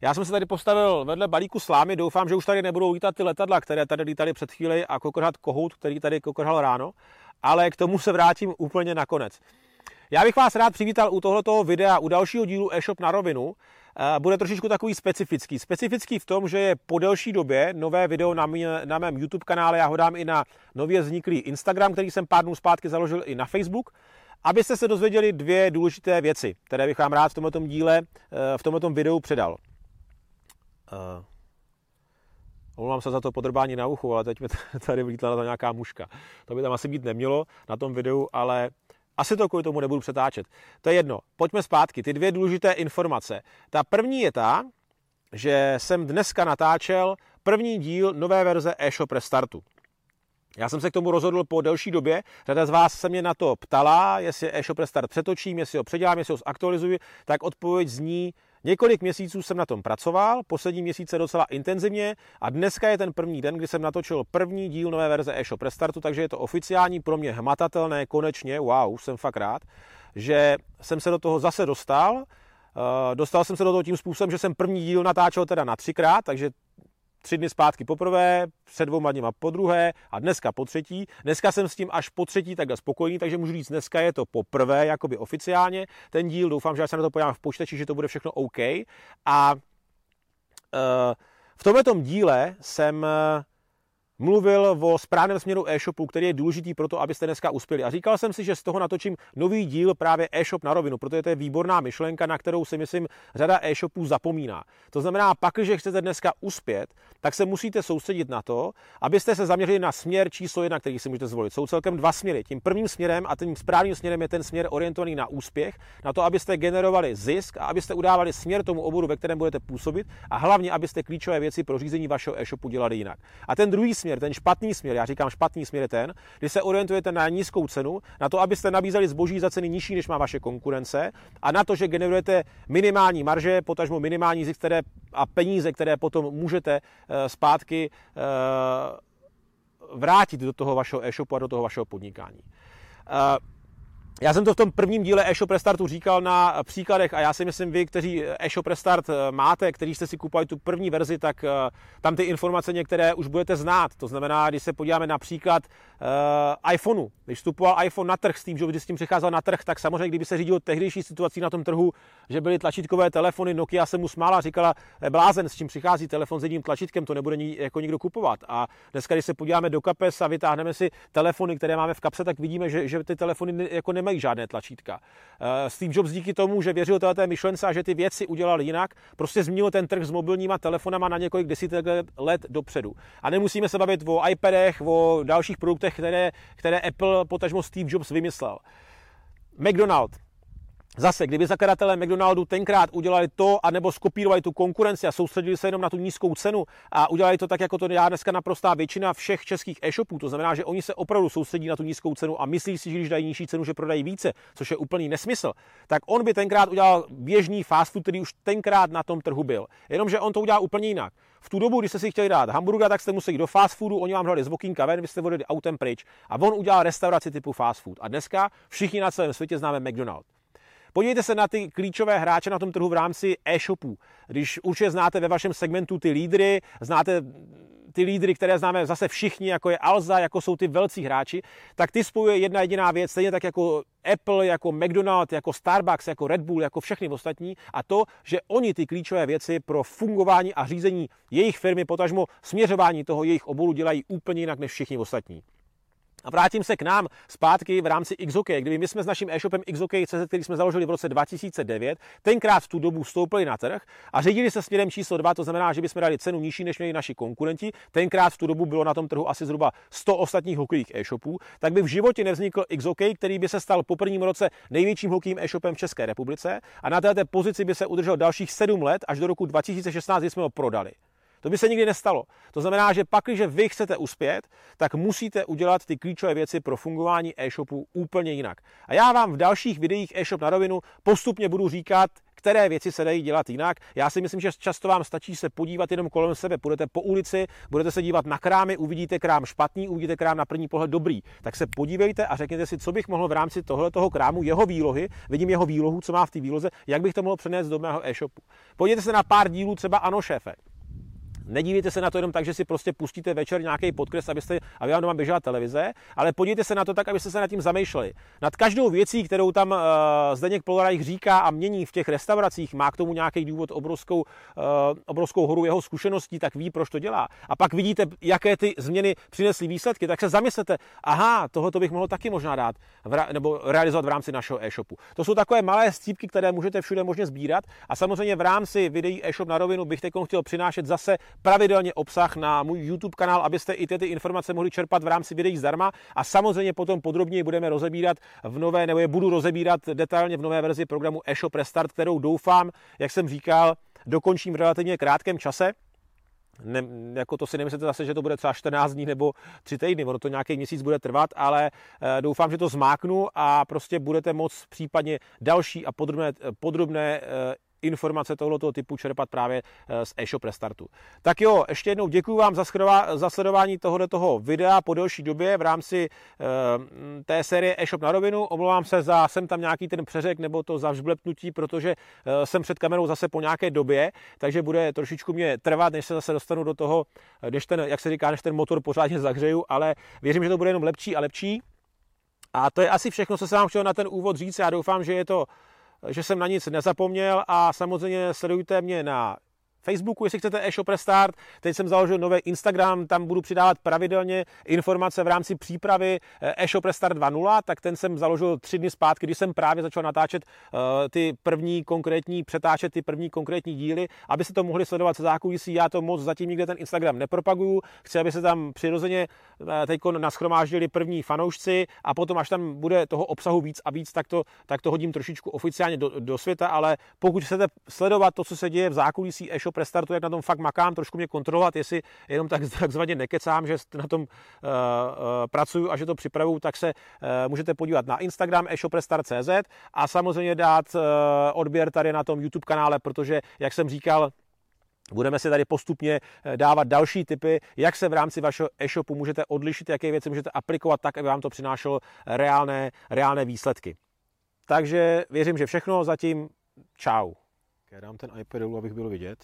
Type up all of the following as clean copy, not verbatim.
Já jsem se tady postavil vedle balíku slámy, doufám, že už tady nebudou lítat ty letadla, které tady lítali před chvíli a kokrhat kohout, který tady kokrhal ráno, ale k tomu se vrátím úplně nakonec. Já bych vás rád přivítal u tohoto videa, u dalšího dílu e-shop na rovinu. Bude trošičku takový specifický. Specifický v tom, že je po delší době nové video na mém YouTube kanále, já ho dám i na nově vzniklý Instagram, který jsem pár dnů zpátky založil i na Facebook, abyste se dozvěděli dvě důležité věci, které bych vám rád v tomto díle, v tomto videu předal. Omlouvám se za to podrbání na uchu, ale teď mi tady vlítla na to nějaká muška. To by tam asi být nemělo na tom videu, ale asi to kvůli tomu nebudu přetáčet. To je jedno. Pojďme zpátky. Ty dvě důležité informace. Ta první je ta, že jsem dneska natáčel první díl nové verze e-shop restartu. Já jsem se k tomu rozhodl po delší době. Řada z vás se mě na to ptala, jestli e-shop restart přetočím, jestli ho předělám, jestli ho zaktualizuji, tak odpověď zní: několik měsíců jsem na tom pracoval, poslední měsíce docela intenzivně a dneska je ten první den, kdy jsem natočil první díl nové verze e-shop restartu, takže je to oficiální, pro mě hmatatelné, konečně, wow, už jsem fakt rád, že jsem se do toho zase dostal. Dostal jsem se do toho tím způsobem, že jsem první díl natáčel teda na 3krát, takže 3 dny zpátky poprvé, před 2 dny po druhé a dneska po třetí. Dneska jsem s tím až po třetí takhle spokojený, takže můžu říct, dneska je to poprvé, jakoby oficiálně. Ten díl, doufám, že já se na to podívám v počítači, že to bude všechno OK. A v tomhletom díle jsem mluvil o správném směru e-shopu, který je důležitý pro to, abyste dneska uspěli. A říkal jsem si, že z toho natočím nový díl právě e-shop na rovinu, protože to je výborná myšlenka, na kterou si myslím řada e-shopů zapomíná. To znamená, pak, když chcete dneska uspět, tak se musíte soustředit na to, abyste se zaměřili na směr číslo 1, který si můžete zvolit. Jsou celkem 2 směry. Tím prvním směrem a tím správným směrem je ten směr orientovaný na úspěch, na to, abyste generovali zisk a abyste udávali směr tomu oboru, ve kterém budete působit, a hlavně, abyste klíčové věci pro řízení vašeho e-shopu dělali jinak. A ten druhý směr, ten špatný směr, já říkám špatný směr je ten, kdy se orientujete na nízkou cenu, na to, abyste nabízeli zboží za ceny nižší, než má vaše konkurence, a na to, že generujete minimální marže, potažmo minimální zisk a peníze, které potom můžete zpátky vrátit do toho vašeho e-shopu a do toho vašeho podnikání. Já jsem to v tom prvním díle e-shop restartu říkal na příkladech a já si myslím, vy, kteří e-shop restart máte, kteří jste si kupovali tu první verzi, tak tam ty informace některé už budete znát. To znamená, když se podíváme na příklad iPhoneu. Když vstupoval iPhone na trh, když s tím přicházel na trh, tak samozřejmě, kdyby se řídil tehdejší situací na tom trhu, že byly tlačítkové telefony, Nokia se mu smála, říkala: blázen, s čím přichází telefon s jedním tlačítkem, to nebude jako nikdo kupovat. A dneska, když se podíváme do kapes a vytáhneme si telefony, které máme v kapse, tak vidíme, že ty telefony jako nemají žádné tlačítka. Steve Jobs díky tomu, že věřil této myšlence a že ty věci udělal jinak, prostě změnil ten trh s mobilníma telefonama na několik desítek let dopředu. A nemusíme se bavit o iPadech, o dalších produktech, které Apple, potažmo Steve Jobs, vymyslel. McDonald's. Zase, kdyby zakladatelé McDonaldu tenkrát udělali to, anebo skopírovali tu konkurenci a soustředili se jenom na tu nízkou cenu a udělali to tak, jako to dělá dneska naprostá většina všech českých e-shopů, to znamená, že oni se opravdu soustředí na tu nízkou cenu a myslí si, že když dají nižší cenu, že prodají více, což je úplný nesmysl, tak on by tenkrát udělal běžný fast food, který už tenkrát na tom trhu byl. Jenomže on to udělal úplně jinak. V tu dobu, když jste si chtěli dát hamburger, tak jste museli jít do fast foodu, oni vám dali z okýnka ven, vy jste vodili autem pryč, a on udělal restauraci typu fast food. A dneska všichni na celém světě známe McDonald's. Podívejte se na ty klíčové hráče na tom trhu v rámci e-shopů. Když určitě znáte ve vašem segmentu ty lídry, znáte ty lídry, které známe zase všichni, jako je Alza, jako jsou ty velcí hráči, tak ty spojuje jedna jediná věc, stejně tak jako Apple, jako McDonald's, jako Starbucks, jako Red Bull, jako všechny ostatní, a to, že oni ty klíčové věci pro fungování a řízení jejich firmy, potažmo směřování toho jejich oboru, dělají úplně jinak než všichni ostatní. A vrátím se k nám zpátky v rámci XOK. Kdyby my jsme s naším e-shopem XOK.cz, který jsme založili v roce 2009, tenkrát v tu dobu vstoupili na trh a řídili se směrem číslo 2, to znamená, že bychom dali cenu nižší, než měli naši konkurenti. Tenkrát v tu dobu bylo na tom trhu asi zhruba 100 ostatních hokejových e-shopů, tak by v životě nevznikl XOK, který by se stal po prvním roce největším hokejovým e-shopem v České republice, a na této pozici by se udržel dalších 7 let až do roku 2016, kdy jsme ho prodali. To by se nikdy nestalo. To znamená, že pak, když vy chcete uspět, tak musíte udělat ty klíčové věci pro fungování e-shopu úplně jinak. A já vám v dalších videích e-shop na rovinu postupně budu říkat, které věci se dají dělat jinak. Já si myslím, že často vám stačí se podívat jenom kolem sebe. Půjdete po ulici, budete se dívat na krámy, uvidíte krám špatný, uvidíte krám na první pohled dobrý. Tak se podívejte a řekněte si, co bych mohl v rámci tohoto krámu, jeho výlohy, vidím jeho výlohu, co má v té výloze, jak bych to mohl přenést do mého e-shopu. Podívejte se na pár dílů třeba Ano šéfe. Nedívejte se na to jenom tak, že si prostě pustíte večer nějaký podkres, aby vám doma běžela televize, ale podívejte se na to tak, abyste se nad tím zamýšleli. Nad každou věcí, kterou tam Zdeněk Polorajch říká a mění v těch restauracích, má k tomu nějaký důvod, obrovskou horu jeho zkušeností, tak ví, proč to dělá. A pak vidíte, jaké ty změny přinesly výsledky, tak se zamyslete, aha, tohoto bych mohl taky možná dát nebo realizovat v rámci našeho e-shopu. To jsou takové malé střípky, které můžete všude možně sbírat a samozřejmě v rámci videí e-shop na rovinu bych teď chtěl přinášet zase pravidelně obsah na můj YouTube kanál, abyste i ty informace mohli čerpat v rámci videí zdarma a samozřejmě potom podrobněji budeme rozebírat nebo je budu rozebírat detailně v nové verzi programu e-shop Restart, kterou doufám, jak jsem říkal, dokončím v relativně krátkém čase. Jako to si nemyslete zase, že to bude třeba 14 dní nebo 3 týdny, ono to nějaký měsíc bude trvat, ale doufám, že to zmáknu a prostě budete moct případně další a podrobné informace tohoto typu čerpat právě z e-shop Restartu. Tak jo, ještě jednou děkuji vám za sledování tohoto videa po delší době v rámci té série e-shop na rovinu. Omlouvám se za jsem tam nějaký ten přeřek nebo to zavžblepnutí, protože jsem před kamerou zase po nějaké době, takže bude trošičku mě trvat, než se zase dostanu do toho, než ten motor pořádně zahřeju, ale věřím, že to bude jenom lepší a lepší. A to je asi všechno, co jsem vám chtěl na ten úvod říct. Já doufám, že jsem na nic nezapomněl a samozřejmě sledujte mě na Facebooku, jestli chcete e-shop Restart. Teď jsem založil nový Instagram, tam budu přidávat pravidelně informace v rámci přípravy e-shop Restart 2.0, tak ten jsem založil 3 dny zpátky, když jsem právě začal natáčet ty první konkrétní díly, abyste to mohli sledovat se zákulisí. Já to moc zatím nikde ten Instagram nepropaguju. Chci, aby se tam přirozeně teď nashromáždili první fanoušci a potom, až tam bude toho obsahu víc a víc, tak to hodím trošičku oficiálně do světa, ale pokud chcete sledovat to, co se děje v zákulisí e-shop Restartu, jak na tom fakt makám, trošku mě kontrolovat, jestli jenom takzvaně nekecám, že na tom pracuju a že to připravuju, tak se můžete podívat na Instagram e-shoprestart.cz a samozřejmě dát odběr tady na tom YouTube kanále, protože, jak jsem říkal, budeme si tady postupně dávat další tipy, jak se v rámci vašeho e-shopu můžete odlišit, jaké věci můžete aplikovat tak, aby vám to přinášelo reálné výsledky. Takže věřím, že všechno, zatím čau. Já dám ten iPad dolů, abych byl vidět.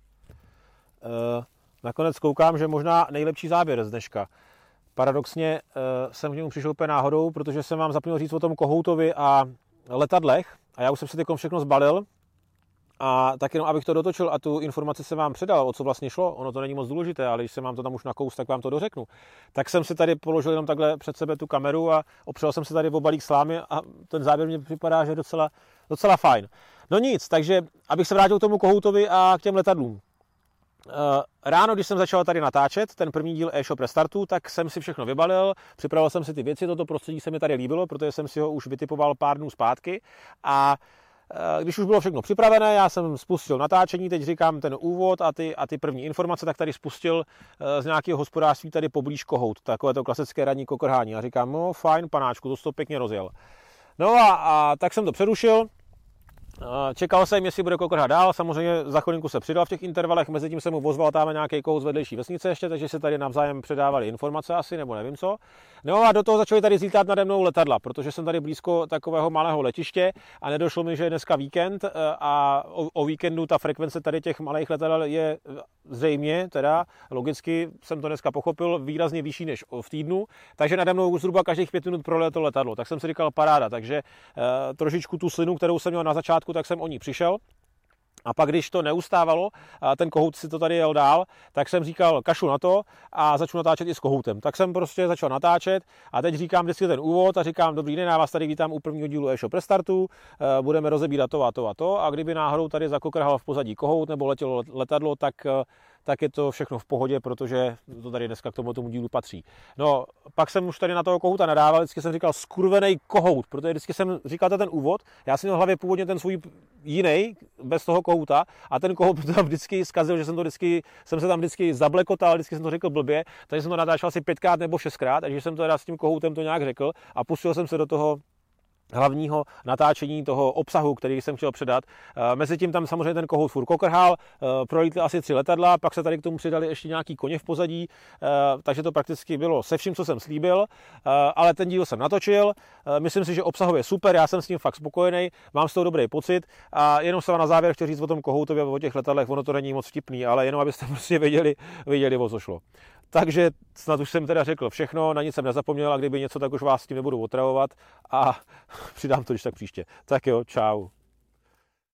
Nakonec koukám, že možná nejlepší záběr z dneška. Paradoxně jsem k němu přišel úplně náhodou, protože jsem vám zapomněl říct o tom kohoutovi a letadlech a já už jsem si teď všechno zbalil a tak jenom abych to dotočil a tu informaci jsem vám předal, o co vlastně šlo. Ono to není moc důležité, ale když jsem vám to tam už nakous, tak vám to dořeknu. Tak jsem si tady položil jenom takhle před sebe tu kameru a opřel jsem se tady o balík slámy a ten záběr mě připadá, že je docela fajn. No nic, takže abych se vrátil k tomu kohoutovi a k těm letadlům. Ráno, když jsem začal tady natáčet ten první díl e-shop Restartu, tak jsem si všechno vybalil, připravil jsem si ty věci, toto prostředí se mi tady líbilo, protože jsem si ho už vytipoval pár dnů zpátky a když už bylo všechno připravené, já jsem spustil natáčení, teď říkám ten úvod a ty první informace, tak tady spustil z nějakého hospodářství tady poblíž kohout, takové to klasické ranní kokrhání a říkám, no fajn panáčku, to pěkně rozjel. No a tak jsem to přerušil. Čekal jsem, jestli bude kokrhat dál, samozřejmě za chvilinku se přidal v těch intervalech, mezi tím jsem mu ozval tam nějaký kohout z vedlejší vesnice ještě, takže se tady navzájem předávali informace asi, nebo nevím co. No a do toho začaly tady zlítat nade mnou letadla, protože jsem tady blízko takového malého letiště a nedošlo mi, že je dneska víkend a o víkendu ta frekvence tady těch malých letadel je zřejmě, teda logicky jsem to dneska pochopil, výrazně vyšší než v týdnu, takže nade mnou zhruba každých 5 minut proletělo letadlo, tak jsem si říkal paráda, takže trošičku tu slinu, kterou jsem měl na začátku, tak jsem o ní přišel. A pak, když to neustávalo, a ten kohout si to tady jel dál, tak jsem říkal, kašu na to a začnu natáčet i s kohoutem. Tak jsem prostě začal natáčet a teď říkám vždycky ten úvod a říkám, dobrý den, já vás tady vítám u prvního dílu e-shop Restartu, budeme rozebírat to a to a to a kdyby náhodou tady zakokrhal v pozadí kohout nebo letělo letadlo, tak je to všechno v pohodě, protože to tady dneska k tomu dílu patří. No, pak jsem už tady na toho kohouta nadával, vždycky jsem říkal skurvenej kohout, protože vždycky jsem říkal ten úvod, já jsem měl v hlavě původně ten svůj jiný, bez toho kohouta, a ten kohout tam vždycky zkazil, že jsem se tam vždycky zablekotal, vždycky jsem to řekl blbě, takže jsem to natáčel asi 5krát nebo 6krát, takže jsem to teda s tím kohoutem to nějak řekl a pustil jsem se do toho hlavního natáčení toho obsahu, který jsem chtěl předat. Mezitím tam samozřejmě ten kohout furt kokrhal, prolítly asi 3 letadla, pak se tady k tomu přidali ještě nějaký koně v pozadí, takže to prakticky bylo se vším, co jsem slíbil, ale ten díl jsem natočil, myslím si, že obsahově super, já jsem s tím fakt spokojený, mám z toho dobrý pocit a jenom jsem na závěr chtěl říct o tom kohoutově, o těch letadlech, ono to není moc vtipný, ale jenom abyste prostě věděli, o co šlo. Takže snad už jsem teda řekl všechno, na nic jsem nezapomněl a kdyby něco, tak už vás s tím nebudu otravovat a přidám to když tak příště. Tak jo, čau.